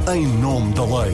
Em nome da lei.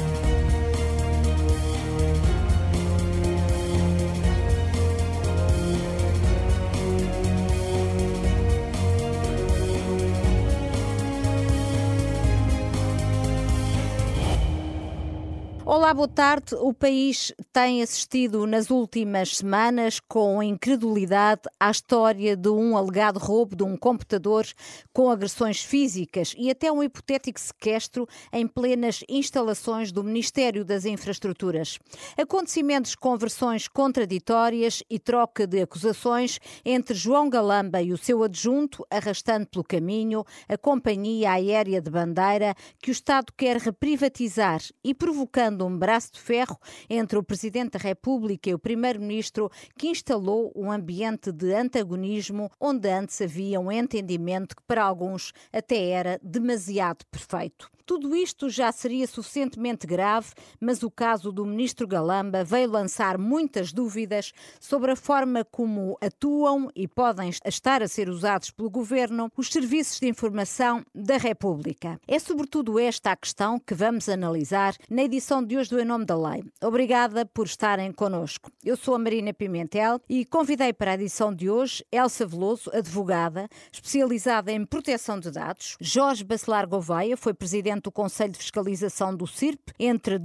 Olá, boa tarde. O país tem assistido nas últimas semanas com incredulidade à história de um alegado roubo de um computador com agressões físicas e até um hipotético sequestro em plenas instalações do Ministério das Infraestruturas. Acontecimentos com versões contraditórias e troca de acusações entre João Galamba e o seu adjunto, arrastando pelo caminho a Companhia Aérea de Bandeira, que o Estado quer reprivatizar e provocando um braço de ferro entre o Presidente da República e o Primeiro-Ministro, que instalou um ambiente de antagonismo onde antes havia um entendimento que para alguns até era demasiado perfeito. Tudo isto já seria suficientemente grave, mas o caso do Ministro Galamba veio lançar muitas dúvidas sobre a forma como atuam e podem estar a ser usados pelo Governo os serviços de informação da República. É sobretudo esta a questão que vamos analisar na edição de hoje do Em Nome da Lei. Obrigada por estarem connosco. Eu sou a Marina Pimentel e convidei para a edição de hoje Elsa Veloso, advogada, especializada em proteção de dados. Jorge Bacelar Gouveia foi presidente do Conselho de Fiscalização do CIRP entre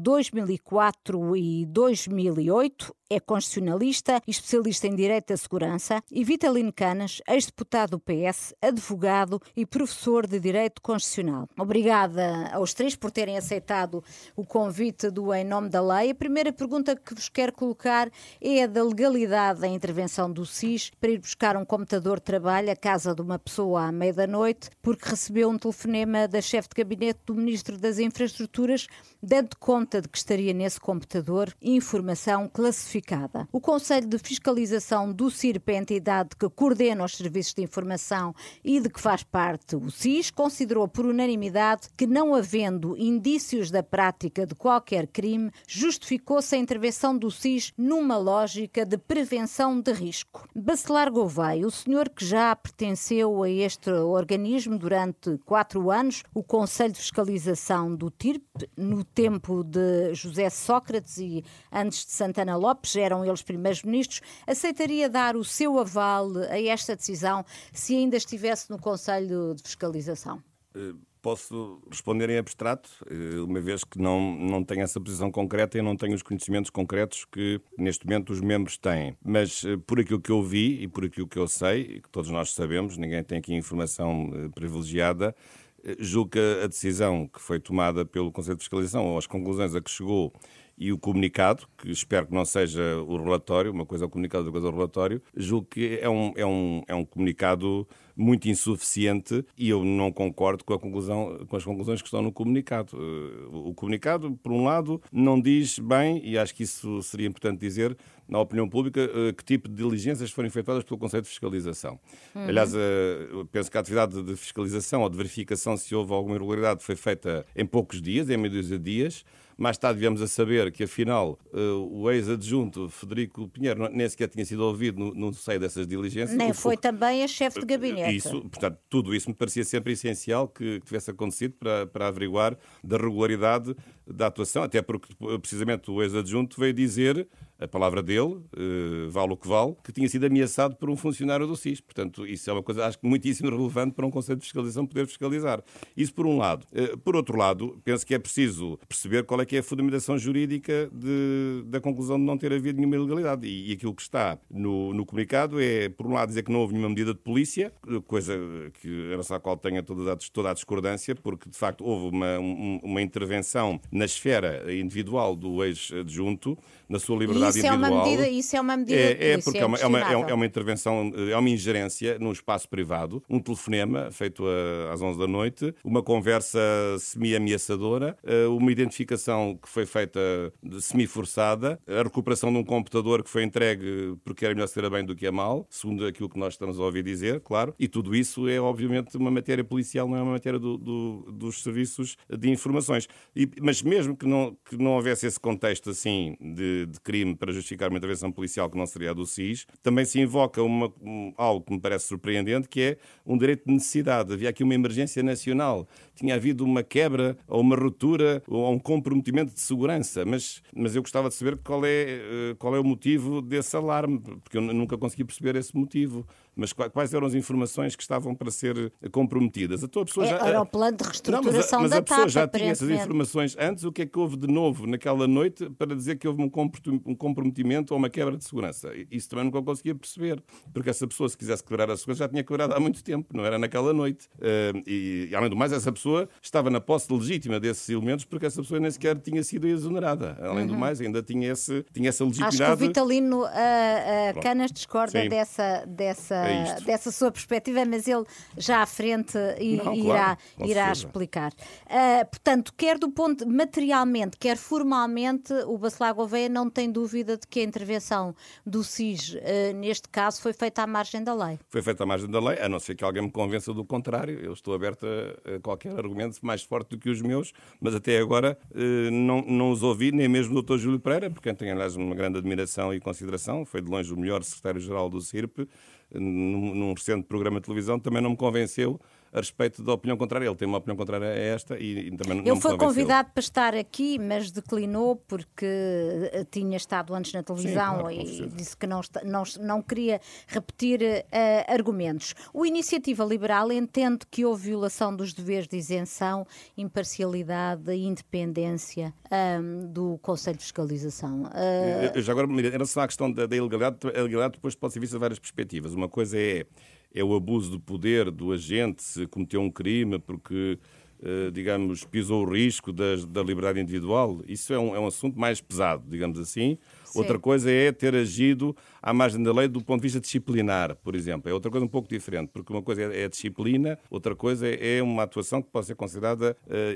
2004 e 2008, é constitucionalista e especialista em Direito da Segurança, e Vitalino Canas, ex-deputado do PS, advogado e professor de Direito Constitucional. Obrigada aos três por terem aceitado o convite do Em Nome da Lei. A primeira pergunta que vos quero colocar é a da legalidade da intervenção do SIS para ir buscar um computador de trabalho à casa de uma pessoa à meia da noite, porque recebeu um telefonema da chefe de gabinete do Ministro das Infraestruturas, dando conta de que estaria nesse computador informação classificada. O Conselho de Fiscalização do CIRP, a entidade que coordena os serviços de informação e de que faz parte o SIS, considerou por unanimidade que, não havendo indícios da prática de qualquer crime, justificou-se a intervenção do SIS numa lógica de prevenção de risco. Bacelar Gouveia, o senhor que já pertenceu a este organismo durante 4 anos, o Conselho de Fiscalização do TIRP, no tempo de José Sócrates e antes de Santana Lopes, eram eles primeiros ministros, aceitaria dar o seu aval a esta decisão se ainda estivesse no Conselho de Fiscalização? Posso responder em abstrato, uma vez que não tenho essa posição concreta e não tenho os conhecimentos concretos que neste momento os membros têm. Mas por aquilo que eu vi e por aquilo que eu sei, e que todos nós sabemos, ninguém tem aqui informação privilegiada, julgo que a decisão que foi tomada pelo Conselho de Fiscalização, ou as conclusões a que chegou, e o comunicado, que espero que não seja o relatório, uma coisa é o comunicado, outra coisa é o relatório, julgo que é um comunicado muito insuficiente e eu não concordo com as conclusões que estão no comunicado. O comunicado, por um lado, não diz bem, e acho que isso seria importante dizer, na opinião pública, que tipo de diligências foram efetuadas pelo Conselho de Fiscalização. Aliás, eu penso que a atividade de fiscalização ou de verificação se houve alguma irregularidade foi feita em poucos dias, em meia dúzia de dias. Mais tarde viemos a saber que, afinal, o ex-adjunto Frederico Pinheiro nem sequer tinha sido ouvido no seio dessas diligências. Nem foi também a chefe de gabinete. Isso, portanto, tudo isso me parecia sempre essencial que tivesse acontecido para averiguar da regularidade da atuação, até porque, precisamente, o ex-adjunto veio dizer, a palavra dele, vale o que vale, que tinha sido ameaçado por um funcionário do SIS. Portanto, isso é uma coisa, acho que muitíssimo relevante para um Conselho de Fiscalização poder fiscalizar. Isso por um lado. Por outro lado, penso que é preciso perceber qual é que é a fundamentação jurídica da conclusão de não ter havido nenhuma ilegalidade. E aquilo que está no comunicado é, por um lado, dizer que não houve nenhuma medida de polícia, coisa que, em relação à qual tenha toda a discordância, porque, de facto, houve uma intervenção na esfera individual do ex-adjunto, na sua liberdade individual. Isso é uma medida de polícia, porque é uma intervenção, é uma ingerência num espaço privado, um telefonema feito às 11 da noite, uma conversa semi-ameaçadora, uma identificação que foi feita semi-forçada, a recuperação de um computador que foi entregue porque era melhor ser a bem do que a mal, segundo aquilo que nós estamos a ouvir dizer, claro, e tudo isso é obviamente uma matéria policial, não é uma matéria dos serviços de informações. Mas mesmo que não houvesse esse contexto assim de crime para justificar uma intervenção policial que não seria a do SIS. Também se invoca algo que me parece surpreendente, que é um direito de necessidade. Havia aqui uma emergência nacional. Tinha havido uma quebra ou uma ruptura ou um comprometimento de segurança. Mas eu gostava de saber qual é o motivo desse alarme, porque eu nunca consegui perceber esse motivo. Mas quais eram as informações que estavam para ser comprometidas? Era o plano de reestruturação da TAP, mas a pessoa já tinha essas informações antes. O que é que houve de novo naquela noite para dizer que houve um comprometimento ou uma quebra de segurança? Isso também nunca conseguia perceber, porque essa pessoa, se quisesse quebrar a segurança, já tinha quebrado há muito tempo, não era naquela noite. E além do mais, essa pessoa estava na posse legítima desses elementos, porque essa pessoa nem sequer tinha sido exonerada. Além do mais, ainda tinha essa legitimidade. Acho que o Vitalino Canas discorda dessa sua perspectiva, mas ele já à frente irá explicar. Portanto, quer do ponto materialmente, quer formalmente, o Bacelar Gouveia não tem dúvida de que a intervenção do SIS, neste caso, foi feita à margem da lei. Foi feita à margem da lei, a não ser que alguém me convença do contrário. Eu estou aberto a qualquer argumento mais forte do que os meus, mas até agora não os ouvi, nem mesmo o Dr. Júlio Pereira, por quem tenho, aliás, uma grande admiração e consideração. Foi de longe o melhor secretário-geral do CIRP. Num recente programa de televisão, também não me convenceu a respeito da opinião contrária. Ele tem uma opinião contrária a esta e também não me convenceu. Ele foi convidado para estar aqui, mas declinou porque tinha estado antes na televisão. Sim, claro, e disse que não queria repetir argumentos. O Iniciativa Liberal entende que houve violação dos deveres de isenção, imparcialidade e independência do Conselho de Fiscalização. Já agora, em relação à questão da ilegalidade, a ilegalidade depois pode ser vista de várias perspectivas. Uma coisa é o abuso de poder do agente se cometeu um crime porque, digamos, pisou o risco da liberdade individual. Isso é um assunto mais pesado, digamos assim. Sim. Outra coisa é ter agido à margem da lei do ponto de vista disciplinar, por exemplo. É outra coisa um pouco diferente, porque uma coisa é a disciplina, outra coisa é uma atuação que pode ser considerada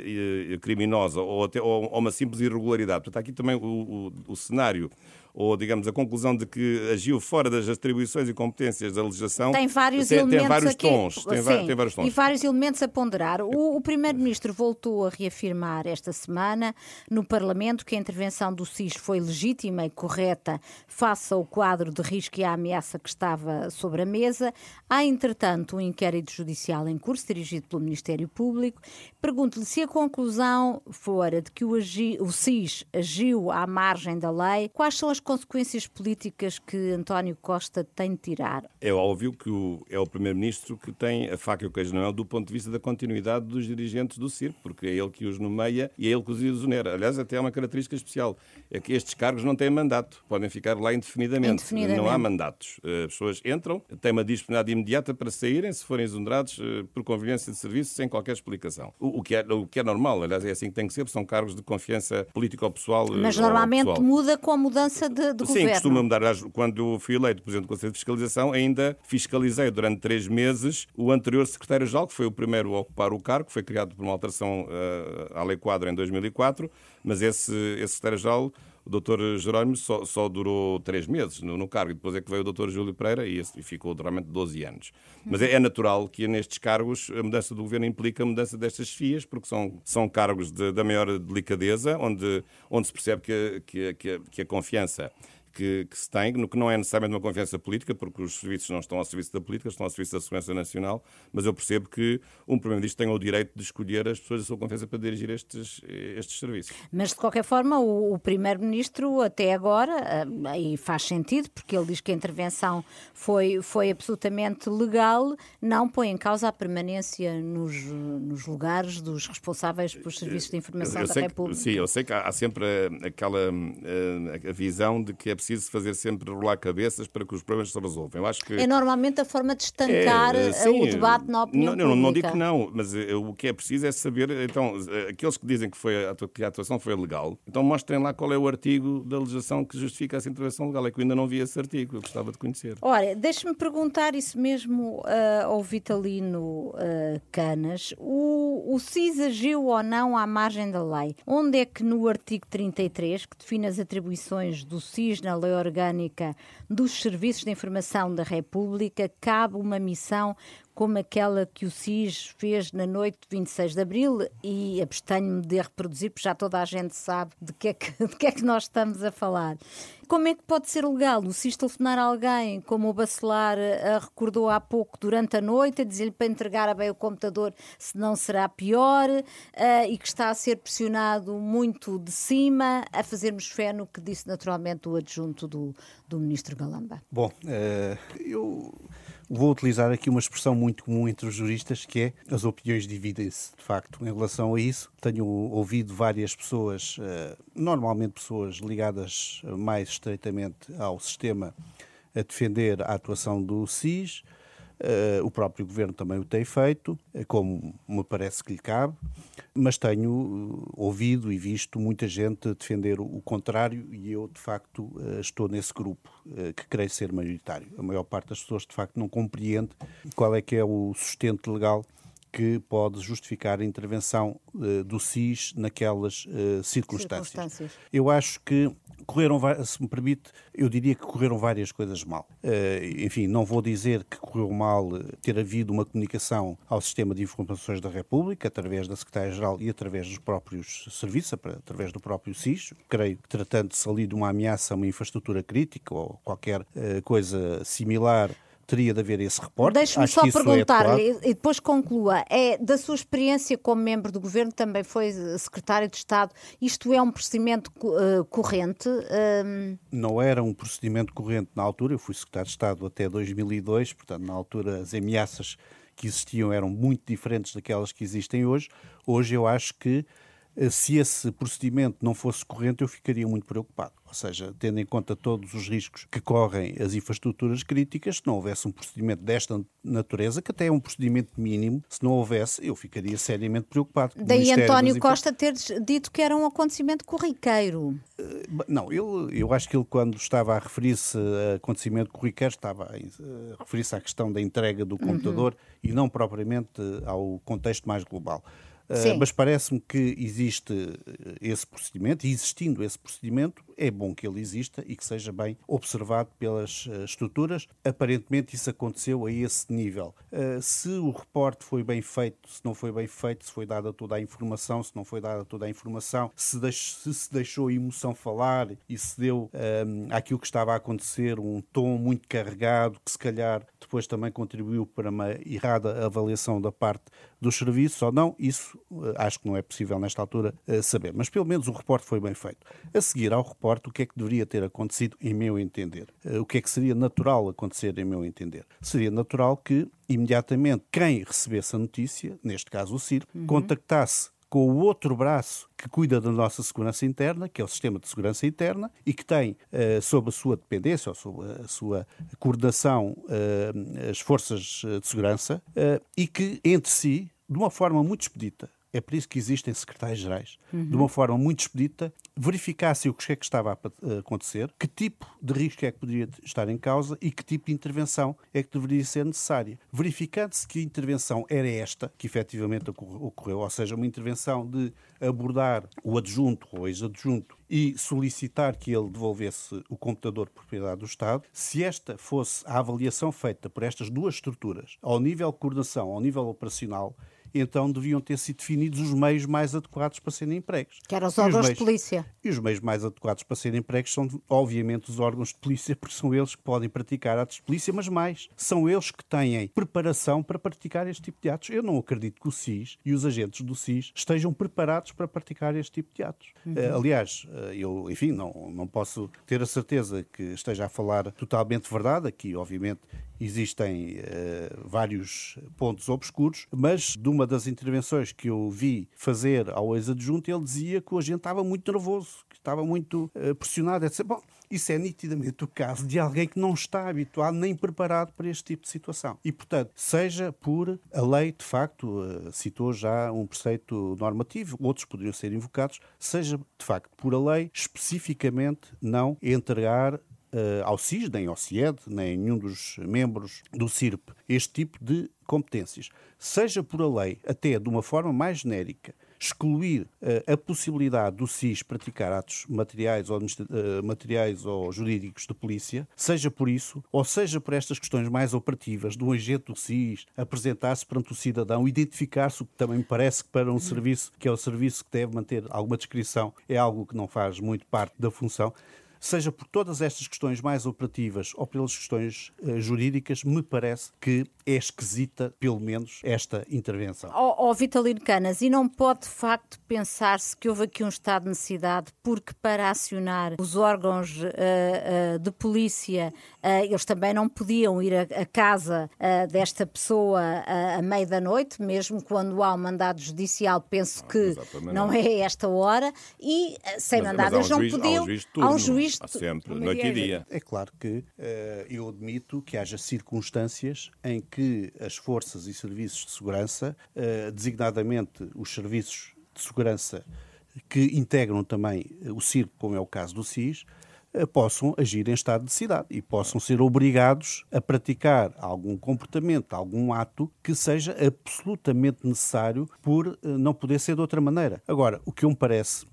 criminosa ou uma simples irregularidade. Portanto, há aqui também o cenário, ou, digamos, a conclusão de que agiu fora das atribuições e competências da legislação tem vários tons. Tem vários tons. E vários elementos a ponderar. O Primeiro-Ministro voltou a reafirmar esta semana no Parlamento que a intervenção do SIS foi legítima e correta face ao quadro de risco e à ameaça que estava sobre a mesa. Há, entretanto, um inquérito judicial em curso, dirigido pelo Ministério Público. Pergunto-lhe se a conclusão for de que o SIS agiu à margem da lei, quais são as consequências políticas que António Costa tem de tirar? É óbvio que é o Primeiro-Ministro que tem a faca e o queijo na mão do ponto de vista da continuidade dos dirigentes do circo, porque é ele que os nomeia e é ele que os exonera. Aliás, até há uma característica especial, é que estes cargos não têm mandato, podem ficar lá indefinidamente. Não há mandatos. As pessoas entram, têm uma disponibilidade imediata para saírem, se forem exonerados por conveniência de serviço, sem qualquer explicação. O que é normal, aliás, é assim que tem que ser, porque são cargos de confiança político-pessoal. Mas normalmente muda com a mudança de governo. Sim, costuma mudar. Quando eu fui eleito Presidente do Conselho de Fiscalização, ainda fiscalizei durante 3 meses o anterior Secretário-Geral, que foi o primeiro a ocupar o cargo, que foi criado por uma alteração à Lei Quadro em 2004, mas esse Secretário-Geral, o Dr. Jerónimo, só durou 3 meses no cargo, e depois é que veio o Dr. Júlio Pereira e ficou realmente 12 anos. Mas é natural que nestes cargos a mudança do governo implica a mudança destas chefias, porque são cargos da maior delicadeza, onde se percebe que a confiança que se tem, no que não é necessariamente uma confiança política, porque os serviços não estão ao serviço da política, estão ao serviço da segurança nacional, mas eu percebo que um Primeiro-Ministro tem o direito de escolher as pessoas da sua confiança para dirigir estes serviços. Mas, de qualquer forma, o Primeiro-Ministro, até agora, e faz sentido, porque ele diz que a intervenção foi absolutamente legal, não põe em causa a permanência nos lugares dos responsáveis pelos serviços de informação da República. Sim, eu sei que há sempre a visão de que é preciso fazer sempre rolar cabeças para que os problemas se resolvam. Eu acho que é normalmente a forma de estancar o debate na opinião pública. Não digo que não, mas o que é preciso é saber, então, aqueles que dizem que a atuação foi legal, então mostrem lá qual é o artigo da legislação que justifica essa intervenção legal. É que eu ainda não vi esse artigo, eu gostava de conhecer. Ora, deixe-me perguntar isso mesmo ao Vitalino Canas. O SIS agiu ou não à margem da lei? Onde é que no artigo 33, que define as atribuições do SIS na Lei Orgânica dos Serviços de Informação da República, cabe uma missão como aquela que o SIS fez na noite de 26 de Abril, e abstenho-me de reproduzir, porque já toda a gente sabe de que é que nós estamos a falar. Como é que pode ser legal o SIS telefonar a alguém, como o Bacelar recordou há pouco, durante a noite, a dizer-lhe para entregar bem o computador, senão será pior, e que está a ser pressionado muito de cima, a fazermos fé no que disse naturalmente o adjunto do Ministro Galamba? Bom, eu vou utilizar aqui uma expressão muito comum entre os juristas, que é as opiniões dividem-se. De facto, em relação a isso, tenho ouvido várias pessoas, normalmente pessoas ligadas mais estreitamente ao sistema, a defender a atuação do SIS. O próprio Governo também o tem feito, como me parece que lhe cabe, mas tenho ouvido e visto muita gente defender o contrário, e eu, de facto, estou nesse grupo, que creio ser maioritário. A maior parte das pessoas, de facto, não compreende qual é que é o sustento legal que pode justificar a intervenção do SIS naquelas circunstâncias. Eu acho que se me permite, eu diria que correram várias coisas mal. Enfim, não vou dizer que correu mal ter havido uma comunicação ao Sistema de Informações da República, através da Secretária-Geral e através dos próprios serviços, através do próprio SIS. Creio que, tratando-se ali de uma ameaça a uma infraestrutura crítica ou qualquer coisa similar, teria de haver esse reporte. Deixe-me só perguntar-lhe, e depois conclua, da sua experiência como membro do Governo, também foi Secretário de Estado, isto é um procedimento corrente? Não era um procedimento corrente na altura, eu fui Secretário de Estado até 2002, portanto, na altura as ameaças que existiam eram muito diferentes daquelas que existem hoje. Hoje eu acho que, se esse procedimento não fosse corrente, eu ficaria muito preocupado. Ou seja, tendo em conta todos os riscos que correm as infraestruturas críticas, se não houvesse um procedimento desta natureza, que até é um procedimento mínimo, se não houvesse, eu ficaria seriamente preocupado. Daí António Costa ter dito que era um acontecimento corriqueiro. Não, eu acho que ele, quando estava a referir-se a acontecimento corriqueiro, estava a referir-se à questão da entrega do computador e não propriamente ao contexto mais global. Mas parece-me que existe esse procedimento, e existindo esse procedimento, é bom que ele exista e que seja bem observado pelas estruturas. Aparentemente isso aconteceu a esse nível. Se o reporte foi bem feito, se não foi bem feito, se foi dada toda a informação, se não foi dada toda a informação, se se deixou a emoção falar e se deu àquilo que estava a acontecer um tom muito carregado, que se calhar depois também contribuiu para uma errada avaliação da parte dos serviços ou não, isso acho que não é possível nesta altura saber. Mas pelo menos o reporte foi bem feito. A seguir ao reporte, o que é que deveria ter acontecido, em meu entender? O que é que seria natural acontecer, em meu entender? Seria natural que, imediatamente, quem recebesse a notícia, neste caso o CIRP, contactasse com o outro braço que cuida da nossa segurança interna, que é o Sistema de Segurança Interna, e que tem sob a sua dependência, ou sob a sua coordenação, as forças de segurança, e que, entre si, de uma forma muito expedita, é por isso que existem secretários-gerais, de uma forma muito expedita, verificasse o que é que estava a acontecer, que tipo de risco é que poderia estar em causa e que tipo de intervenção é que deveria ser necessária. Verificando-se que a intervenção era esta, que efetivamente ocorreu, ou seja, uma intervenção de abordar o adjunto ou ex-adjunto e solicitar que ele devolvesse o computador de propriedade do Estado, se esta fosse a avaliação feita por estas duas estruturas, ao nível de coordenação, ao nível operacional, então deviam ter sido definidos os meios mais adequados para serem empregues. Que eram os órgãos de polícia. E os meios mais adequados para serem empregues são, obviamente, os órgãos de polícia, porque são eles que podem praticar atos de polícia, mas mais, são eles que têm preparação para praticar este tipo de atos. Eu não acredito que o SIS e os agentes do SIS estejam preparados para praticar este tipo de atos. Aliás, eu, enfim, não posso ter a certeza que esteja a falar totalmente verdade. Aqui, obviamente, existem vários pontos obscuros, mas de uma das intervenções que eu vi fazer ao ex-adjunto, ele dizia que o agente estava muito nervoso, que estava muito pressionado, etc. Bom, isso é nitidamente o caso de alguém que não está habituado nem preparado para este tipo de situação. E, portanto, seja por a lei, de facto, citou já um preceito normativo, outros poderiam ser invocados, seja, de facto, por a lei, especificamente não entregar ao SIS, nem ao CIED, nem nenhum dos membros do CIRP, este tipo de competências. Seja por a lei, até de uma forma mais genérica, excluir a possibilidade do SIS praticar atos materiais ou jurídicos de polícia, seja por isso, ou seja por estas questões mais operativas do agente do SIS apresentar-se perante o cidadão, identificar-se, o que também me parece que para um serviço, que é o serviço que deve manter alguma descrição, é algo que não faz muito parte da função. Seja por todas estas questões mais operativas ou pelas questões jurídicas, me parece que é esquisita, pelo menos, esta intervenção. Vitalino Canas, e não pode de facto pensar-se que houve aqui um estado de necessidade porque para acionar os órgãos de polícia eles também não podiam ir à casa desta pessoa à meia da noite, mesmo quando há um mandado judicial, penso que não é esta hora, e sem mandado eles não podiam. Há um juiz há sempre, noite e dia. É claro que eu admito que haja circunstâncias em que as forças e serviços de segurança, designadamente os serviços de segurança que integram também o circo, como é o caso do SIS, possam agir em estado de necessidade e possam ser obrigados a praticar algum comportamento, algum ato que seja absolutamente necessário por não poder ser de outra maneira. Agora, o que me parece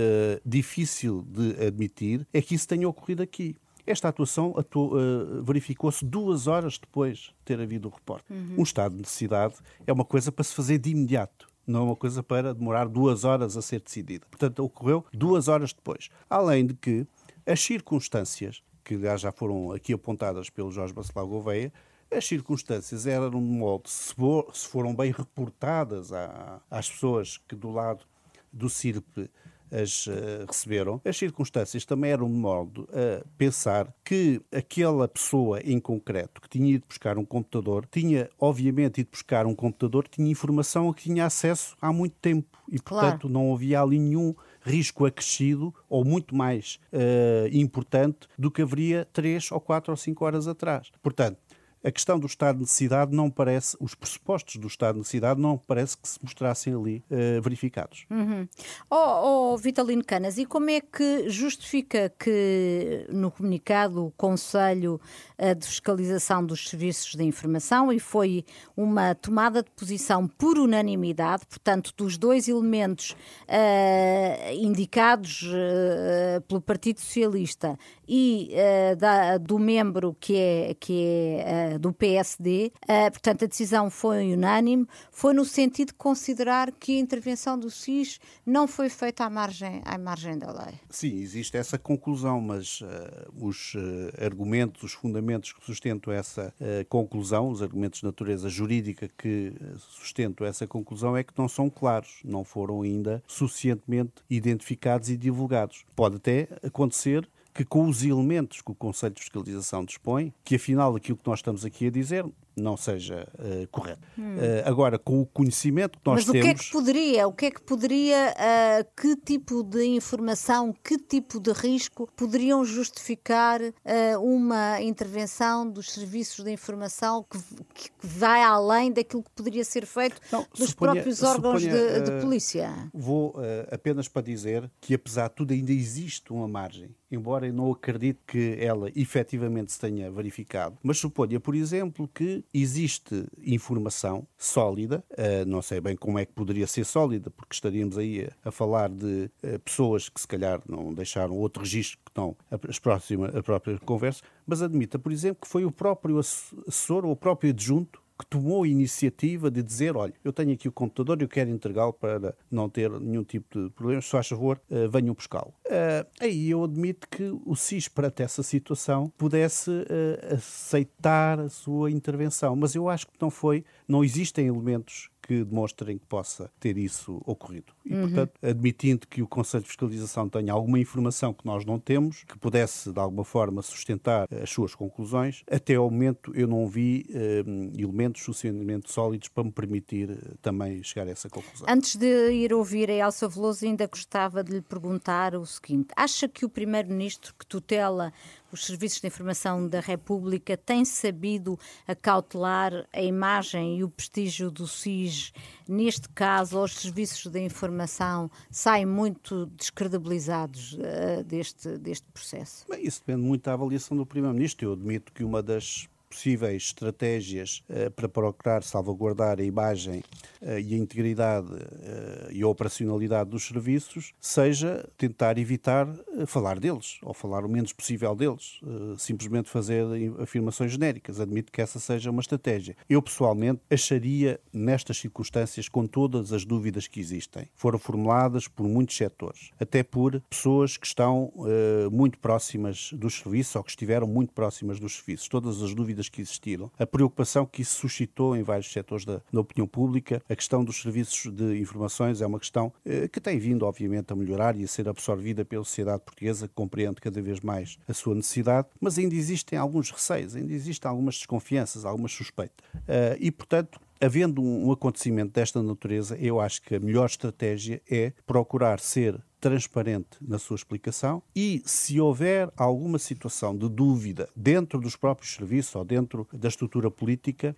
difícil de admitir é que isso tenha ocorrido aqui. Esta atuação verificou-se 2 horas depois de ter havido o reporte. Um estado de necessidade é uma coisa para se fazer de imediato, não é uma coisa para demorar 2 horas a ser decidida. Portanto, ocorreu 2 horas depois. Além de que as circunstâncias, que já foram aqui apontadas pelo Jorge Bacelar Gouveia, as circunstâncias eram de modo, se foram bem reportadas às pessoas que do lado do CIRP as receberam, as circunstâncias também eram de modo a pensar que aquela pessoa em concreto que tinha ido buscar um computador, tinha obviamente ido buscar um computador, tinha informação a que tinha acesso há muito tempo e, portanto, não havia ali nenhum risco acrescido ou muito mais importante do que haveria 3 ou 4 ou 5 horas atrás. Portanto, a questão do estado de necessidade não parece, os pressupostos do estado de necessidade não parece que se mostrassem ali verificados. Vitalino Canas, e como é que justifica que no comunicado o Conselho de Fiscalização dos Serviços de Informação, e foi uma tomada de posição por unanimidade, portanto, dos 2 elementos indicados pelo Partido Socialista e do membro que é do PSD, portanto a decisão foi unânime, foi no sentido de considerar que a intervenção do SIS não foi feita à margem da lei. Sim, existe essa conclusão, mas os argumentos, os fundamentos que sustentam essa conclusão, os argumentos de natureza jurídica que sustentam essa conclusão é que não são claros, não foram ainda suficientemente identificados e divulgados. Pode até acontecer que com os elementos que o Conselho de Fiscalização dispõe, que afinal aquilo que nós estamos aqui a dizer não seja correto. Agora, com o conhecimento que nós temos... que tipo de informação, que tipo de risco poderiam justificar uma intervenção dos serviços de informação que vai além daquilo que poderia ser feito dos próprios órgãos de polícia? Vou apenas para dizer que, apesar de tudo, ainda existe uma margem, embora eu não acredite que ela efetivamente se tenha verificado. Mas suponha, por exemplo, que existe informação sólida, não sei bem como é que poderia ser sólida, porque estaríamos aí a falar de pessoas que se calhar não deixaram outro registro que estão a própria conversa, mas admita, por exemplo, que foi o próprio assessor ou o próprio adjunto que tomou a iniciativa de dizer, olha, eu tenho aqui o computador e eu quero entregá-lo para não ter nenhum tipo de problemas, se faz favor, venham buscá-lo. Aí eu admito que o SIS, perante essa situação, pudesse aceitar a sua intervenção, mas eu acho que não existem elementos que demonstrem que possa ter isso ocorrido. E, portanto, admitindo que o Conselho de Fiscalização tenha alguma informação que nós não temos, que pudesse, de alguma forma, sustentar as suas conclusões, até ao momento eu não vi elementos suficientemente sólidos para me permitir também chegar a essa conclusão. Antes de ir ouvir a Elsa Veloso, ainda gostava de lhe perguntar o seguinte. Acha que o Primeiro-Ministro que tutela os Serviços de Informação da República tem sabido acautelar a imagem e o prestígio do SIS? Neste caso, os Serviços de Informação saem muito descredibilizados deste processo? Bem, isso depende muito da avaliação do Primeiro-Ministro. Eu admito que uma das possíveis estratégias para procurar salvaguardar a imagem e a integridade e a operacionalidade dos serviços seja tentar evitar falar deles, ou falar o menos possível deles, simplesmente fazer afirmações genéricas. Admito que essa seja uma estratégia. Eu, pessoalmente, acharia, nestas circunstâncias, com todas as dúvidas que existem, foram formuladas por muitos setores, até por pessoas que estão muito próximas dos serviços ou que estiveram muito próximas dos serviços, todas as dúvidas que existiram, a preocupação que isso suscitou em vários setores da opinião pública, a questão dos serviços de informações é uma questão que tem vindo, obviamente, a melhorar e a ser absorvida pela sociedade portuguesa, que compreende cada vez mais a sua necessidade, mas ainda existem alguns receios, ainda existem algumas desconfianças, algumas suspeitas. E, portanto, havendo um acontecimento desta natureza, eu acho que a melhor estratégia é procurar ser transparente na sua explicação e, se houver alguma situação de dúvida dentro dos próprios serviços ou dentro da estrutura política,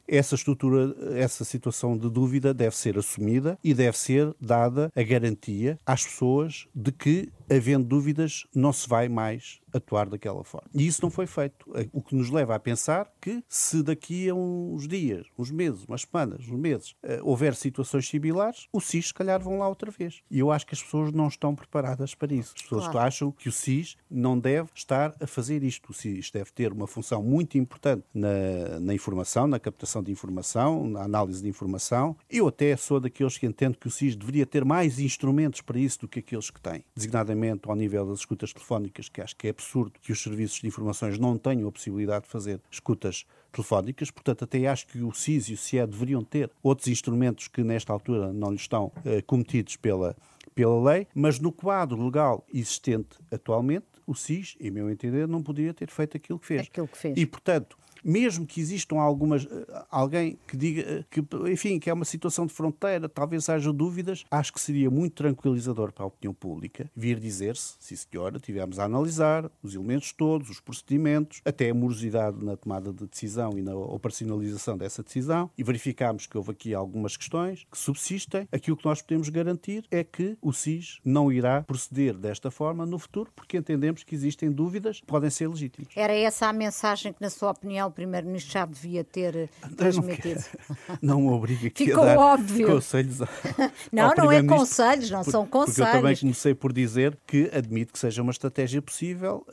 essa situação de dúvida deve ser assumida e deve ser dada a garantia às pessoas de que, havendo dúvidas, não se vai mais atuar daquela forma. E isso não foi feito. O que nos leva a pensar que, se daqui a uns dias, uns meses, umas semanas, uns meses, houver situações similares, o SIS, se calhar, vão lá outra vez. E eu acho que as pessoas não estão preparadas para isso. As pessoas acham que o SIS não deve estar a fazer isto. O SIS deve ter uma função muito importante na informação, na captação de informação, na análise de informação. Eu até sou daqueles que entendo que o SIS deveria ter mais instrumentos para isso do que aqueles que tem. Designadamente ao nível das escutas telefónicas, que acho que é absurdo que os serviços de informações não tenham a possibilidade de fazer escutas telefónicas. Portanto, até acho que o SIS e o CIE deveriam ter outros instrumentos que nesta altura não lhes estão cometidos pela lei, mas no quadro legal existente atualmente, o SIS, em meu entender, não poderia ter feito aquilo que fez. E, portanto, mesmo que existam alguém que diga que, enfim, que é uma situação de fronteira, talvez haja dúvidas, acho que seria muito tranquilizador para a opinião pública vir dizer-se, sim senhora, tivemos a analisar os elementos todos, os procedimentos, até a morosidade na tomada de decisão e na operacionalização dessa decisão, e verificámos que houve aqui algumas questões que subsistem. Aquilo que nós podemos garantir é que o SIS não irá proceder desta forma no futuro, porque entendemos que existem dúvidas que podem ser legítimas. Era essa a mensagem que, na sua opinião, o Primeiro-Ministro já devia ter transmitido. Não me obriga aqui Ficou a dar óbvio. Conselhos não é conselhos, não são conselhos. Porque eu também comecei por dizer que admito que seja uma estratégia possível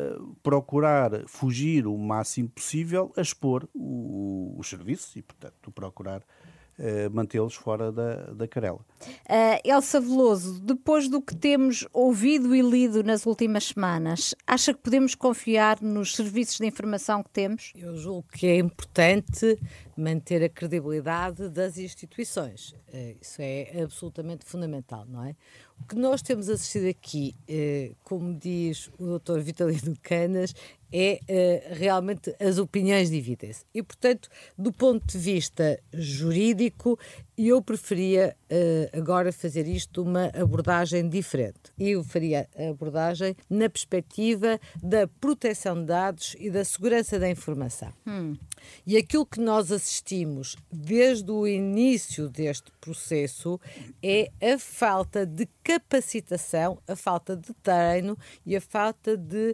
procurar fugir o máximo possível a expor os serviços e, portanto, procurar mantê-los fora da carela. Elsa Veloso, depois do que temos ouvido e lido nas últimas semanas, acha que podemos confiar nos serviços de informação que temos? Eu julgo que é importante manter a credibilidade das instituições. Isso é absolutamente fundamental, não é? O que nós temos assistido aqui, como diz o Dr. Vitalino Canas, é realmente as opiniões dividem-se. E, portanto, do ponto de vista jurídico, eu preferia agora fazer isto uma abordagem diferente. Eu faria a abordagem na perspectiva da proteção de dados e da segurança da informação. E aquilo que nós assistimos desde o início deste processo é a falta de capacitação, a falta de treino e a falta de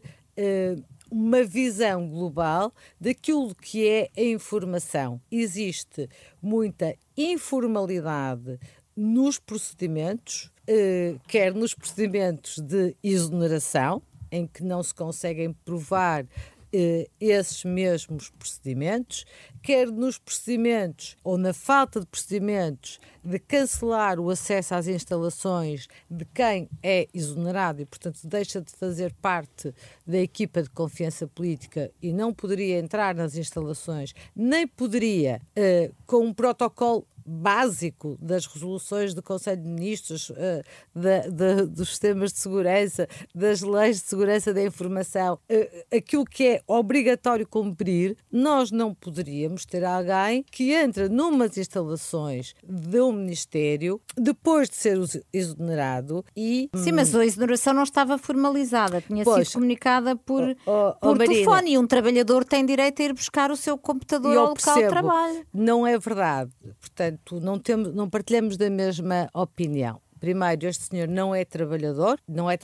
uma visão global daquilo que é a informação. Existe muita informalidade nos procedimentos, quer nos procedimentos de exoneração, em que não se conseguem provar esses mesmos procedimentos, quer nos procedimentos ou na falta de procedimentos de cancelar o acesso às instalações de quem é exonerado e, portanto, deixa de fazer parte da equipa de confiança política e não poderia entrar nas instalações, nem poderia, com um protocolo básico das resoluções do Conselho de Ministros, dos sistemas de segurança, das leis de segurança da informação, aquilo que é obrigatório cumprir, nós não poderíamos ter alguém que entra numas instalações de um Ministério depois de ser exonerado e... Sim, mas a exoneração não estava formalizada, tinha sido comunicada por telefone e um trabalhador tem direito a ir buscar o seu computador ao local de trabalho. Não é verdade. Portanto, não partilhamos da mesma opinião. primeiro, este senhor não é trabalhador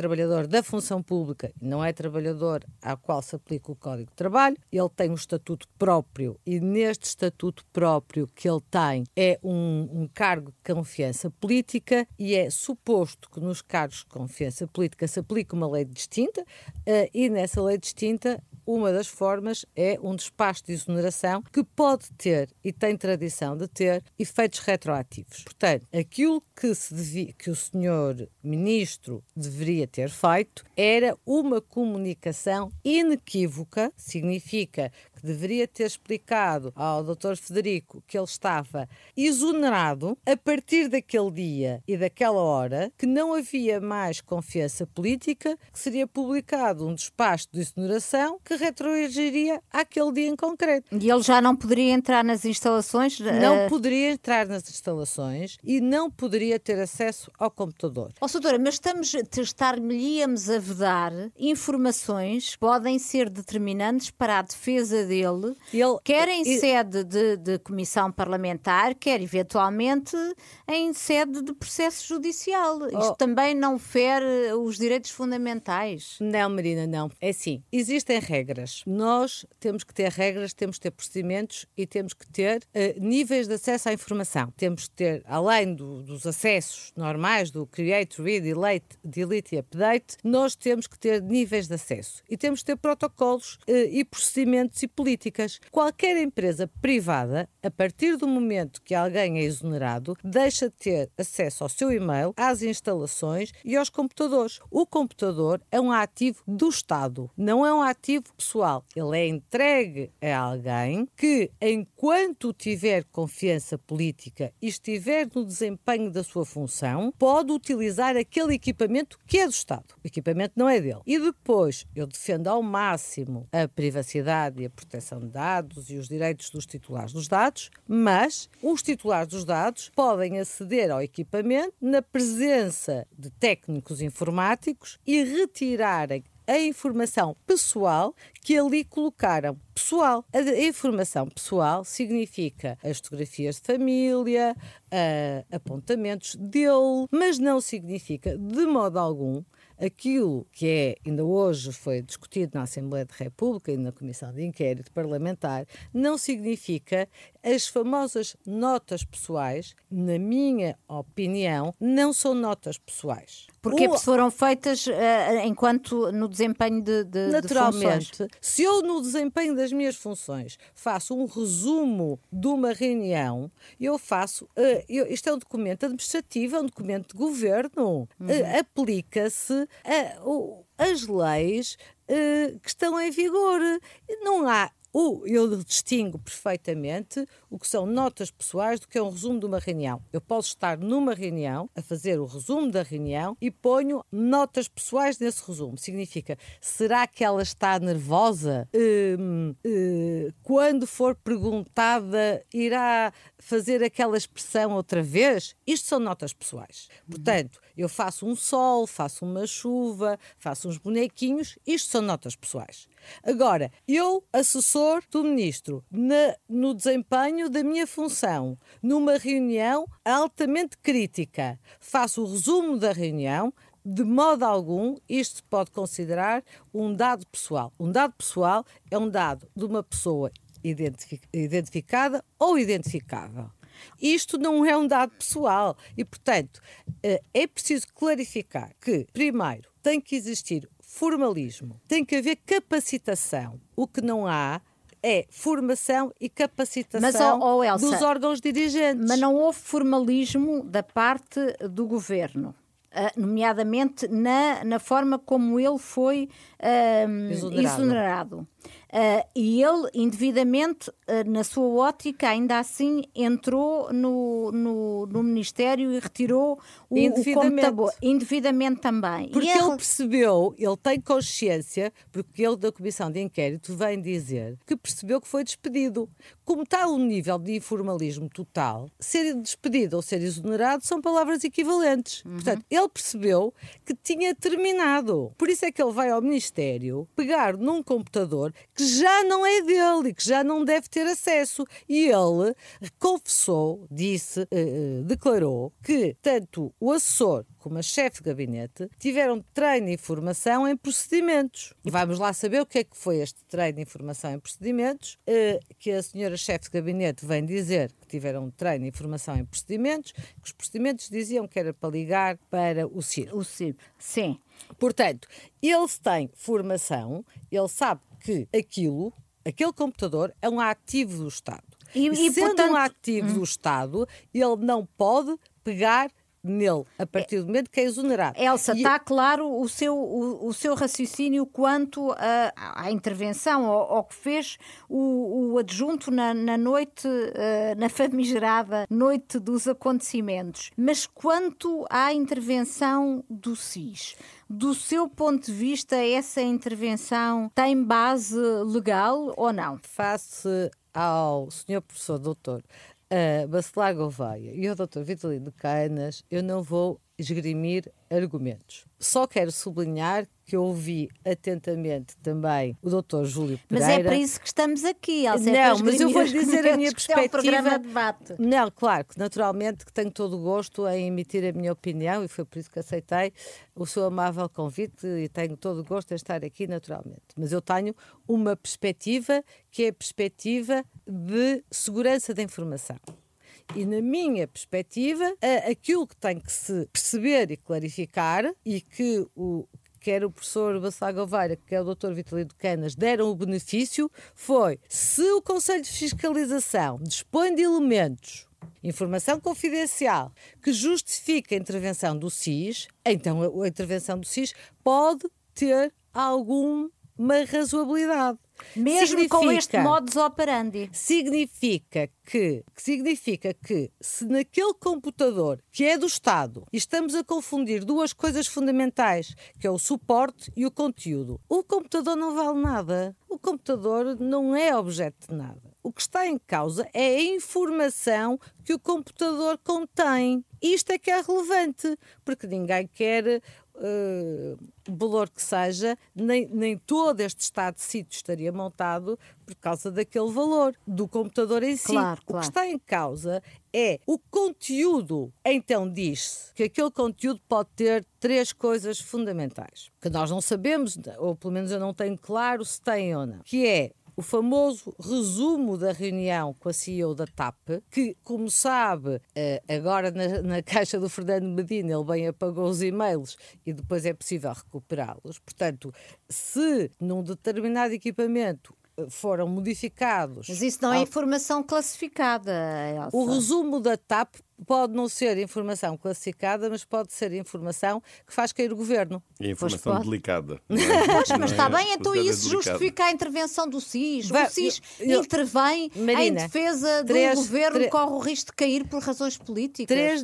da função pública, não é trabalhador ao qual se aplica o Código de Trabalho, ele tem um estatuto próprio e neste estatuto próprio que ele tem é um cargo de confiança política e é suposto que nos cargos de confiança política se aplique uma lei distinta e nessa lei distinta uma das formas é um despacho de exoneração que pode ter e tem tradição de ter efeitos retroativos. Portanto, aquilo que o senhor ministro deveria ter feito era uma comunicação inequívoca, significa que deveria ter explicado ao Dr. Federico que ele estava exonerado a partir daquele dia e daquela hora, que não havia mais confiança política, que seria publicado um despacho de exoneração que retroagiria àquele dia em concreto. E ele já não poderia entrar nas instalações? Não poderia entrar nas instalações e não poderia ter acesso ao computador. Doutora, mas estar-lhe-íamos a vedar informações que podem ser determinantes para a defesa dele, quer em sede de comissão parlamentar, quer eventualmente em sede de processo judicial. Isto também não fere os direitos fundamentais. Não, Marina, não. É assim, existem regras. Nós temos que ter regras, temos que ter procedimentos e temos que ter níveis de acesso à informação. Temos que ter, além dos acessos normais, do create, read, delete e update, nós temos que ter níveis de acesso. E temos que ter protocolos e procedimentos e políticas. Qualquer empresa privada, a partir do momento que alguém é exonerado, deixa de ter acesso ao seu e-mail, às instalações e aos computadores. O computador é um ativo do Estado, não é um ativo pessoal. Ele é entregue a alguém que, enquanto tiver confiança política e estiver no desempenho da sua função, pode utilizar aquele equipamento que é do Estado. O equipamento não é dele. E depois, eu defendo ao máximo a privacidade e a proteção de dados e os direitos dos titulares dos dados, mas os titulares dos dados podem aceder ao equipamento na presença de técnicos informáticos e retirarem a informação pessoal que ali colocaram. Pessoal. A informação pessoal significa as fotografias de família, apontamentos dele, mas não significa de modo algum aquilo que ainda hoje foi discutido na Assembleia da República e na Comissão de Inquérito Parlamentar, não significa as famosas notas pessoais, na minha opinião, não são notas pessoais. Porque foram feitas enquanto no desempenho de naturalmente, funções. Se eu no desempenho das minhas funções faço um resumo de uma reunião, eu faço, isto é um documento administrativo, é um documento de governo, aplica-se as leis que estão em vigor. Não há eu distingo perfeitamente o que são notas pessoais do que é um resumo de uma reunião. Eu posso estar numa reunião a fazer o resumo da reunião e ponho notas pessoais nesse resumo. Significa, será que ela está nervosa? Quando for perguntada, irá fazer aquela expressão outra vez? Isto são notas pessoais. Portanto, eu faço um sol, faço uma chuva, faço uns bonequinhos, isto são notas pessoais. Agora, eu, assessor do ministro, no desempenho da minha função, numa reunião altamente crítica, faço o resumo da reunião, de modo algum, isto se pode considerar um dado pessoal. Um dado pessoal é um dado de uma pessoa identificada ou identificável. Isto não é um dado pessoal e, portanto, é preciso clarificar que, primeiro, tem que existir formalismo, tem que haver capacitação. O que não há é formação e capacitação dos órgãos dirigentes. Mas não houve formalismo da parte do governo, nomeadamente na forma como ele foi exonerado. E ele, indevidamente, na sua ótica, ainda assim entrou no Ministério e retirou o computador. Indevidamente também. Porque ele percebeu, ele tem consciência, porque ele da Comissão de Inquérito vem dizer que percebeu que foi despedido. Como está um nível de informalismo total, ser despedido ou ser exonerado são palavras equivalentes. Portanto, ele percebeu que tinha terminado. Por isso é que ele vai ao Ministério pegar num computador que que já não é dele e que já não deve ter acesso. E ele confessou, declarou que tanto o assessor como a chefe de gabinete tiveram treino e formação em procedimentos. E vamos lá saber o que é que foi este treino e formação em procedimentos, que a senhora chefe de gabinete vem dizer que tiveram treino e formação em procedimentos, que os procedimentos diziam que era para ligar para o CIR. O CIR, sim. Portanto, ele tem formação, ele sabe que aquele computador é um ativo do Estado. E sendo portanto, um ativo do Estado, ele não pode pegar nele, a partir do momento que é exonerado. Elsa, está claro o seu raciocínio quanto à intervenção, ao que fez o adjunto na noite, na famigerada noite dos acontecimentos. Mas quanto à intervenção do SIS, do seu ponto de vista, essa intervenção tem base legal ou não? Face ao senhor professor doutor Bacelar Gouveia e ao Dr. Vitalino Canas, eu não vou esgrimir argumentos. Só quero sublinhar que ouvi atentamente também o Dr. Júlio Pereira. Mas é para isso que estamos aqui, Elsa. Não, mas eu vou dizer a minha perspectiva. É um programa de debate. Não, claro, que naturalmente que tenho todo o gosto em emitir a minha opinião e foi por isso que aceitei o seu amável convite e tenho todo o gosto em estar aqui naturalmente. Mas eu tenho uma perspectiva que é a perspectiva de segurança da informação. E na minha perspectiva, aquilo que tem que se perceber e clarificar e que quer o professor Bacelar Gouveia, quer o Dr. Vitalino Canas deram o benefício, foi se o Conselho de Fiscalização dispõe de elementos, informação confidencial, que justifica a intervenção do SIS, então a intervenção do SIS pode ter alguma razoabilidade. Mesmo com este modus operandi. Significa que se naquele computador que é do Estado e estamos a confundir duas coisas fundamentais, que é o suporte e o conteúdo, o computador não vale nada. O computador não é objeto de nada. O que está em causa é a informação que o computador contém. Isto é que é relevante, porque ninguém quer valor que seja, nem todo este estado de sítio estaria montado por causa daquele valor do computador em si. Claro. O que está em causa é o conteúdo. Então diz-se que aquele conteúdo pode ter 3 coisas fundamentais, que nós não sabemos, ou pelo menos eu não tenho claro se tem ou não, que é o famoso resumo da reunião com a CEO da TAP, que, como sabe, agora na caixa do Fernando Medina ele bem apagou os e-mails e depois é possível recuperá-los. Portanto, se num determinado equipamento foram modificados... Mas isso não é informação classificada, Elsa. O resumo da TAP pode não ser informação classificada, mas pode ser informação que faz cair o governo. É informação delicada. Mas está bem, então isso justifica a intervenção do SIS. O SIS intervém em defesa do governo que corre o risco de cair por razões políticas. 3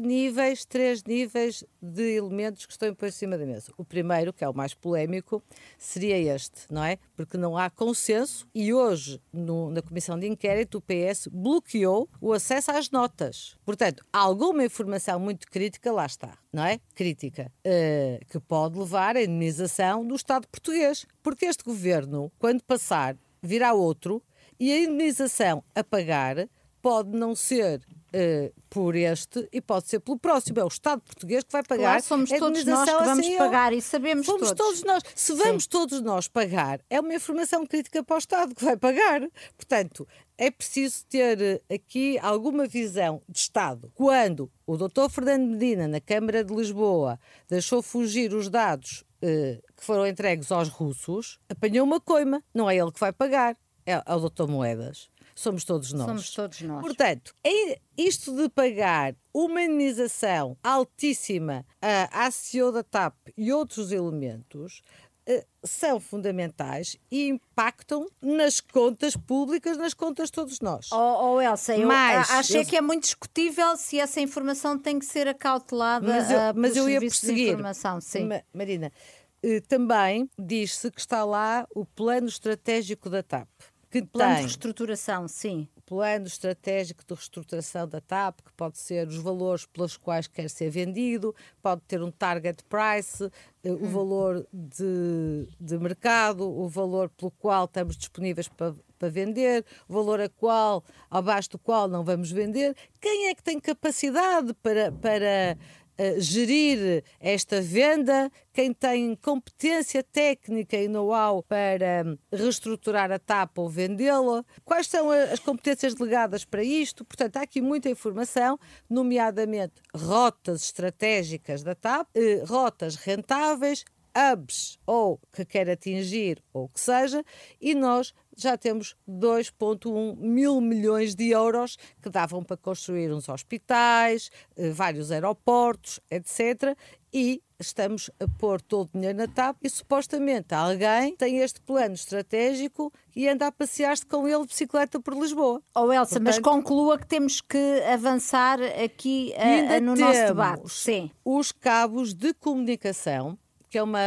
níveis de elementos que estão por cima da mesa. O primeiro, que é o mais polémico, seria este, não é? Porque não há consenso e hoje, na Comissão de Inquérito, o PS bloqueou o acesso às notas. Portanto, alguma informação muito crítica lá está, não é? Crítica, que pode levar à indemnização do Estado português. Porque este governo, quando passar, virá outro e a indemnização a pagar pode não ser por este e pode ser pelo próximo. É o Estado português que vai pagar. Claro, somos todos nós que vamos pagar e sabemos todos. Todos nós. Se vamos todos nós pagar, é uma informação crítica para o Estado que vai pagar. Portanto, é preciso ter aqui alguma visão de Estado. Quando o Dr. Fernando Medina, na Câmara de Lisboa, deixou fugir os dados que foram entregues aos russos, apanhou uma coima. Não é ele que vai pagar, é o Dr. Moedas. Somos todos nós. Somos todos nós. Portanto, isto de pagar uma indemnização altíssima à CEO da TAP e outros elementos são fundamentais e impactam nas contas públicas, nas contas de todos nós. Elsa, eu acho que é muito discutível se essa informação tem que ser acautelada mas eu ia perseguir. De informação. Sim. Marina, também diz-se que está lá o plano estratégico da TAP. Plano de reestruturação, sim. plano estratégico de reestruturação da TAP, que pode ser os valores pelos quais quer ser vendido, pode ter um target price, o valor de mercado, o valor pelo qual estamos disponíveis para vender, o valor abaixo do qual não vamos vender. Quem é que tem capacidade para gerir esta venda? Quem tem competência técnica e know-how para reestruturar a TAP ou vendê-la? Quais são as competências delegadas para isto? Portanto, há aqui muita informação, nomeadamente rotas estratégicas da TAP, rotas rentáveis, hubs ou que quer atingir ou o que seja, e nós já temos 2,1 mil milhões de euros que davam para construir uns hospitais, vários aeroportos, etc. E estamos a pôr todo o dinheiro na TAP e supostamente alguém tem este plano estratégico e anda a passear-se com ele de bicicleta por Lisboa. Elsa, portanto, mas conclua que temos que avançar aqui no nosso debate. Sim. Os cabos de comunicação, que é uma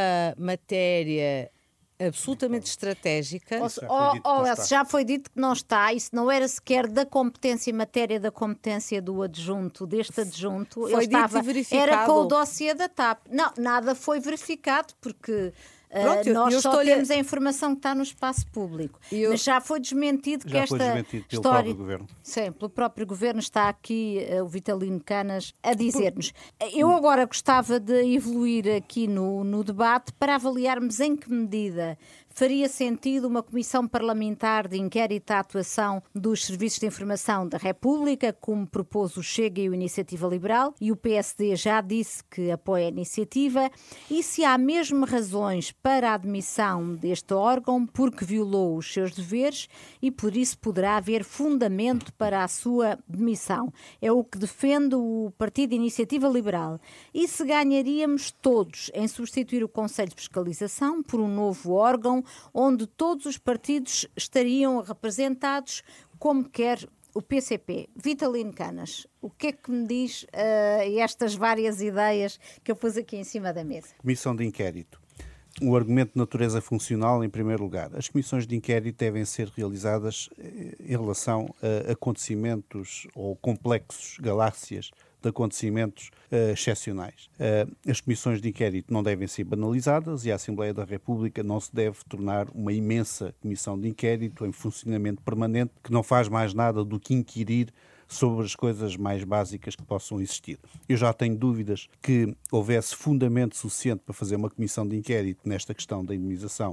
matéria absolutamente estratégica. Elsa, já foi dito que não está, isso não era sequer da competência, matéria da competência do adjunto, deste adjunto. Foi dito e verificado. Era com o dossiê da TAP. Não, nada foi verificado, porque nós só temos a informação que está no espaço público. Mas já foi desmentido que esta pelo próprio Governo. Sim, pelo próprio Governo. Está aqui o Vitalino Canas a dizer-nos. Eu agora gostava de evoluir aqui no debate para avaliarmos em que medida faria sentido uma comissão parlamentar de inquérito à atuação dos Serviços de Informação da República, como propôs o Chega e o Iniciativa Liberal, e o PSD já disse que apoia a iniciativa, e se há mesmo razões para a admissão deste órgão, porque violou os seus deveres e por isso poderá haver fundamento para a sua demissão. É o que defende o Partido Iniciativa Liberal. E se ganharíamos todos em substituir o Conselho de Fiscalização por um novo órgão onde todos os partidos estariam representados como quer o PCP. Vitalino Canas, o que é que me diz estas várias ideias que eu pus aqui em cima da mesa? Comissão de inquérito. O argumento de natureza funcional, em primeiro lugar. As comissões de inquérito devem ser realizadas em relação a acontecimentos ou complexos, galáxias de acontecimentos excepcionais. As comissões de inquérito não devem ser banalizadas e a Assembleia da República não se deve tornar uma imensa comissão de inquérito em funcionamento permanente que não faz mais nada do que inquirir sobre as coisas mais básicas que possam existir. Eu já tenho dúvidas que houvesse fundamento suficiente para fazer uma comissão de inquérito nesta questão da indemnização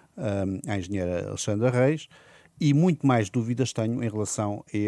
à engenheira Alexandra Reis, e muito mais dúvidas tenho em relação a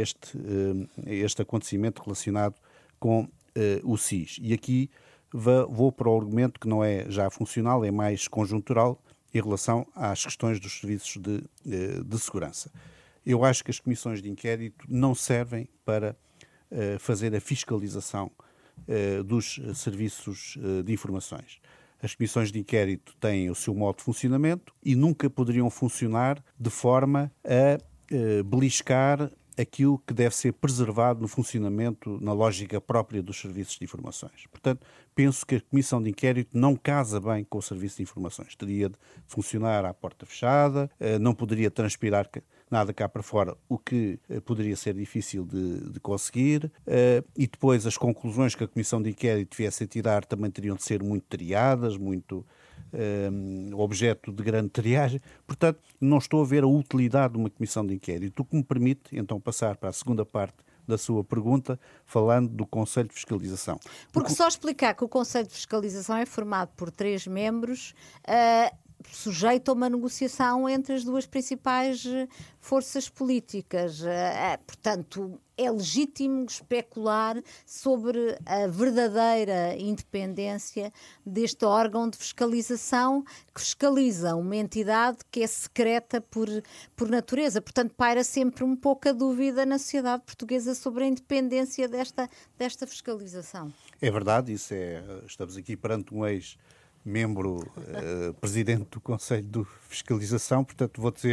este acontecimento relacionado com o SIS. E aqui vou para o argumento que não é já funcional, é mais conjuntural em relação às questões dos serviços de segurança. Eu acho que as comissões de inquérito não servem para fazer a fiscalização dos serviços de informações. As comissões de inquérito têm o seu modo de funcionamento e nunca poderiam funcionar de forma a beliscar aquilo que deve ser preservado no funcionamento, na lógica própria dos serviços de informações. Portanto, penso que a Comissão de Inquérito não casa bem com o Serviço de Informações. Teria de funcionar à porta fechada, não poderia transpirar nada cá para fora, o que poderia ser difícil de conseguir, e depois as conclusões que a Comissão de Inquérito viesse a tirar também teriam de ser muito triadas, muito objeto de grande triagem. Portanto, não estou a ver a utilidade de uma comissão de inquérito, o que me permite, então, passar para a segunda parte da sua pergunta, falando do Conselho de Fiscalização. Porque só explicar que o Conselho de Fiscalização é formado por 3 membros, sujeito a uma negociação entre as duas principais forças políticas. Portanto, é legítimo especular sobre a verdadeira independência deste órgão de fiscalização que fiscaliza uma entidade que é secreta por natureza. Portanto, paira sempre um pouco a dúvida na sociedade portuguesa sobre a independência desta fiscalização. É verdade, estamos aqui perante um presidente do Conselho de Fiscalização, portanto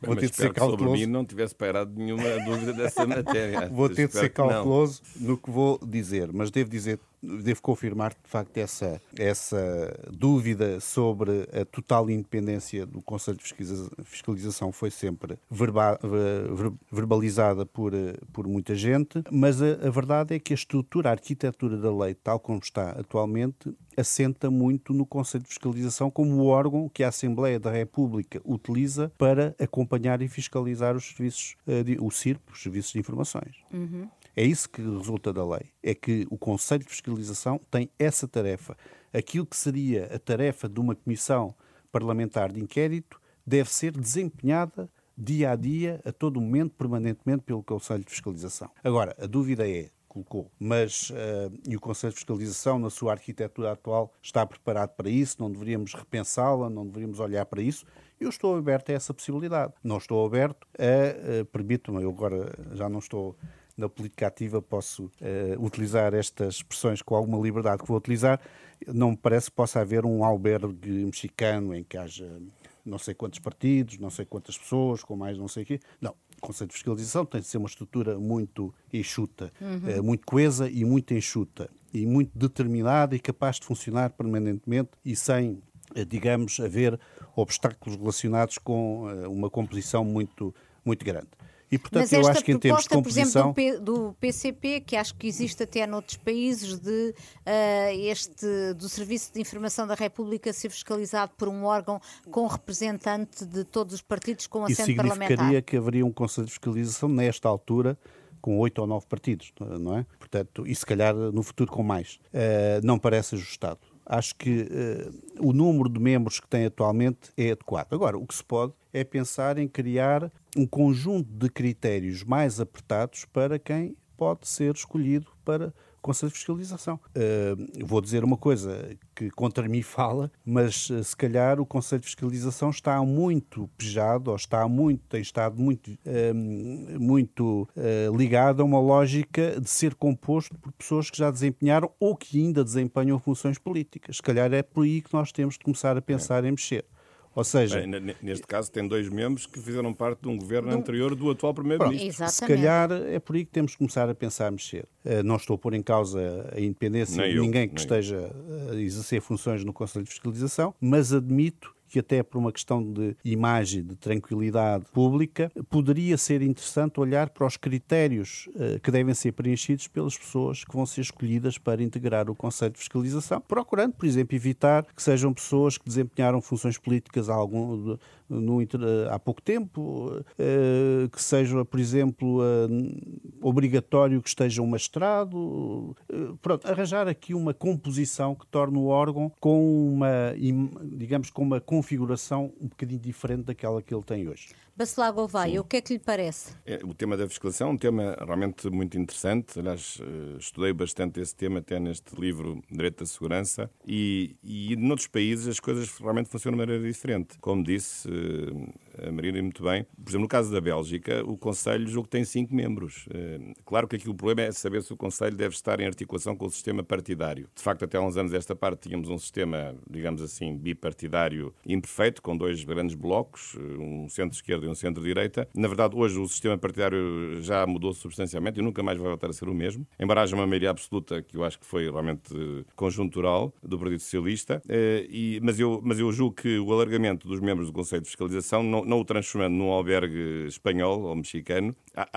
Vou ter de ser cauteloso. Sobre mim não tivesse pairado nenhuma dúvida dessa matéria. Vou ter de ser cauteloso no que vou dizer, mas devo confirmar que, de facto, essa dúvida sobre a total independência do Conselho de Fiscalização foi sempre verbalizada por muita gente, mas a verdade é que a arquitetura da lei, tal como está atualmente, assenta muito no Conselho de Fiscalização como o órgão que a Assembleia da República utiliza para acompanhar e fiscalizar os serviços, o CIRP, os serviços de informações. Uhum. É isso que resulta da lei, é que o Conselho de Fiscalização tem essa tarefa. Aquilo que seria a tarefa de uma comissão parlamentar de inquérito deve ser desempenhada dia a dia, a todo momento, permanentemente pelo Conselho de Fiscalização. Agora, a dúvida é, e o Conselho de Fiscalização, na sua arquitetura atual, está preparado para isso? Não deveríamos repensá-la? Não deveríamos olhar para isso? Eu estou aberto a essa possibilidade. Não estou aberto permito-me, eu agora já não estou na política ativa, posso utilizar estas expressões com alguma liberdade que vou utilizar. Não me parece que possa haver um albergue mexicano em que haja não sei quantos partidos, não sei quantas pessoas, com mais não sei o quê. Não. O Conselho de Fiscalização tem de ser uma estrutura muito enxuta, muito coesa e muito enxuta, e muito determinada e capaz de funcionar permanentemente e sem, digamos, haver obstáculos relacionados com uma composição muito, muito grande. E, portanto, eu acho que em termos de composição... Mas esta proposta, por exemplo, do PCP, que acho que existe até noutros países, do Serviço de Informação da República ser fiscalizado por um órgão com representante de todos os partidos com assento parlamentar. Isso significaria que haveria um Conselho de Fiscalização, nesta altura, com 8 ou 9 partidos, não é? Portanto, e se calhar no futuro com mais. Não parece ajustado. Acho que o número de membros que tem atualmente é adequado. Agora, o que se pode é pensar em criar um conjunto de critérios mais apertados para quem pode ser escolhido para o Conselho de Fiscalização. Vou dizer uma coisa que contra mim fala, mas se calhar o Conselho de Fiscalização está muito pejado, ou tem estado muito ligado a uma lógica de ser composto por pessoas que já desempenharam ou que ainda desempenham funções políticas. Se calhar é por aí que nós temos de começar a pensar em mexer. Ou seja... Bem, neste caso tem 2 membros que fizeram parte de um governo anterior do atual Primeiro-Ministro. Exatamente. Se calhar é por aí que temos de começar a pensar a mexer. Não estou a pôr em causa a independência de ninguém que esteja a exercer funções no Conselho de Fiscalização, mas admito que até por uma questão de imagem, de tranquilidade pública, poderia ser interessante olhar para os critérios que devem ser preenchidos pelas pessoas que vão ser escolhidas para integrar o Conselho de Fiscalização, procurando, por exemplo, evitar que sejam pessoas que desempenharam funções políticas há pouco tempo, que seja, por exemplo, obrigatório que esteja um magistrado. Pronto, arranjar aqui uma composição que torne o órgão com uma configuração um bocadinho diferente daquela que ele tem hoje. Bacelar Gouveia, o que é que lhe parece? O tema da fiscalização é um tema realmente muito interessante. Aliás, estudei bastante esse tema até neste livro Direito da Segurança e noutros países as coisas realmente funcionam de maneira diferente. Como disse a Marina muito bem, por exemplo, no caso da Bélgica, o Conselho julgo que tem 5 membros. Claro que aqui o problema é saber se o Conselho deve estar em articulação com o sistema partidário. De facto, até há uns anos esta parte tínhamos um sistema, digamos assim, bipartidário imperfeito, com 2 grandes blocos, um centro-esquerda e um centro-direita. Na verdade, hoje o sistema partidário já mudou substancialmente e nunca mais vai voltar a ser o mesmo. Embora haja uma maioria absoluta, que eu acho que foi realmente conjuntural, do Partido Socialista, mas eu julgo que o alargamento dos membros do Conselho de Fiscalização, não o transformando num albergue espanhol ou mexicano,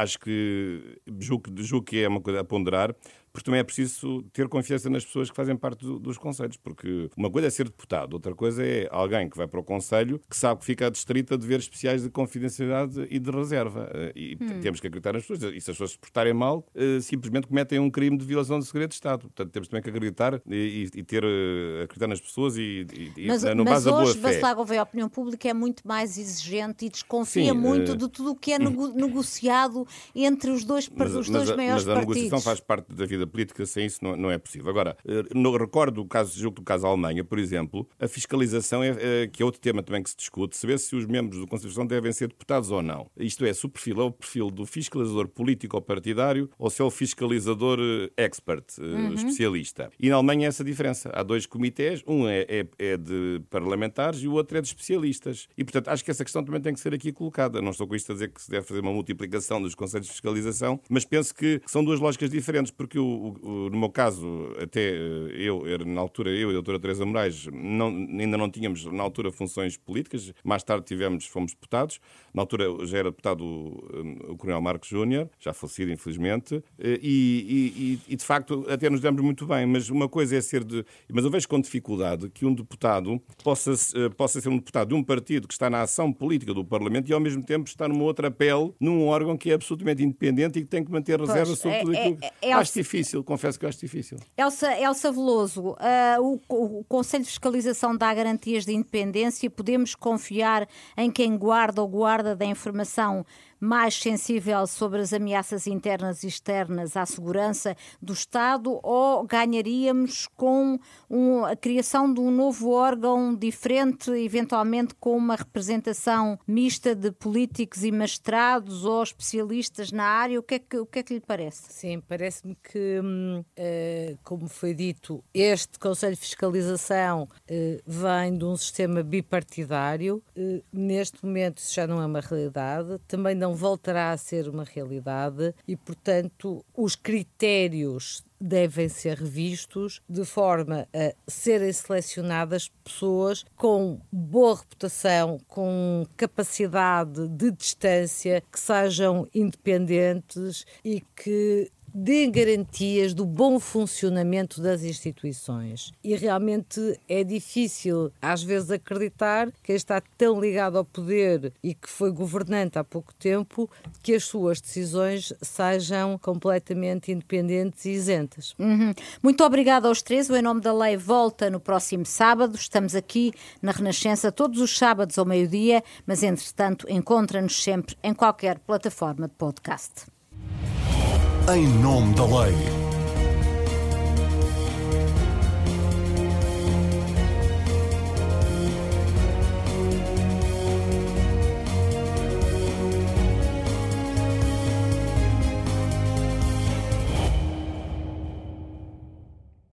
julgo que é uma coisa a ponderar, porque também é preciso ter confiança nas pessoas que fazem parte dos conselhos, porque uma coisa é ser deputado, outra coisa é alguém que vai para o conselho que sabe que fica adstrito a deveres especiais de confidencialidade e de reserva. E temos que acreditar nas pessoas. E se as pessoas se portarem mal, simplesmente cometem um crime de violação do segredo de Estado. Portanto, temos também que acreditar acreditar nas pessoas e no base da boa fé. Mas hoje, Bacelar Gouveia, a opinião pública é muito mais exigente e desconfia muito de tudo o que é negociado entre os dois maiores partidos. Mas a negociação faz parte da vida da política sem isso não é possível. Agora, recordo o caso, julgo do caso da Alemanha, por exemplo, a fiscalização, que é outro tema também que se discute, saber se os membros do Conselho de Administração devem ser deputados ou não. Isto é, se o perfil é o perfil do fiscalizador político ou partidário ou se é o fiscalizador expert, especialista. E na Alemanha é essa diferença. Há 2 comitês, um é de parlamentares e o outro é de especialistas. E, portanto, acho que essa questão também tem que ser aqui colocada. Não estou com isto a dizer que se deve fazer uma multiplicação dos conselhos de fiscalização, mas penso que são 2 lógicas diferentes, porque no meu caso, até na altura, eu e a doutora Teresa Moraes, ainda não tínhamos, na altura, funções políticas. Mais tarde fomos deputados. Na altura já era deputado o Coronel Marcos Júnior, já falecido, infelizmente, e de facto até nos demos muito bem, mas uma coisa é mas eu vejo com dificuldade que um deputado possa ser um deputado de um partido que está na ação política do Parlamento e ao mesmo tempo está numa outra pele, num órgão que é absolutamente independente e que tem que manter reserva sobre tudo aquilo. Acho difícil, confesso que acho difícil. Elsa Veloso, o Conselho de Fiscalização dá garantias de independência? Podemos confiar em quem guarda ou guarda da informação mais sensível sobre as ameaças internas e externas à segurança do Estado, ou ganharíamos com a criação de um novo órgão diferente, eventualmente com uma representação mista de políticos e magistrados ou especialistas na área? O que é que lhe parece? Sim, parece-me que, como foi dito, este Conselho de Fiscalização vem de um sistema bipartidário. Neste momento isso já não é uma realidade, também não voltará a ser uma realidade e, portanto, os critérios devem ser revistos de forma a serem selecionadas pessoas com boa reputação, com capacidade de distância, que sejam independentes e que deem garantias do bom funcionamento das instituições. E realmente é difícil, às vezes, acreditar que quem está tão ligado ao poder e que foi governante há pouco tempo, que as suas decisões sejam completamente independentes e isentas. Muito obrigada aos 3. O Em Nome da Lei volta no próximo sábado. Estamos aqui na Renascença todos os sábados ao meio-dia, mas, entretanto, encontra-nos sempre em qualquer plataforma de podcast. Em Nome da Lei.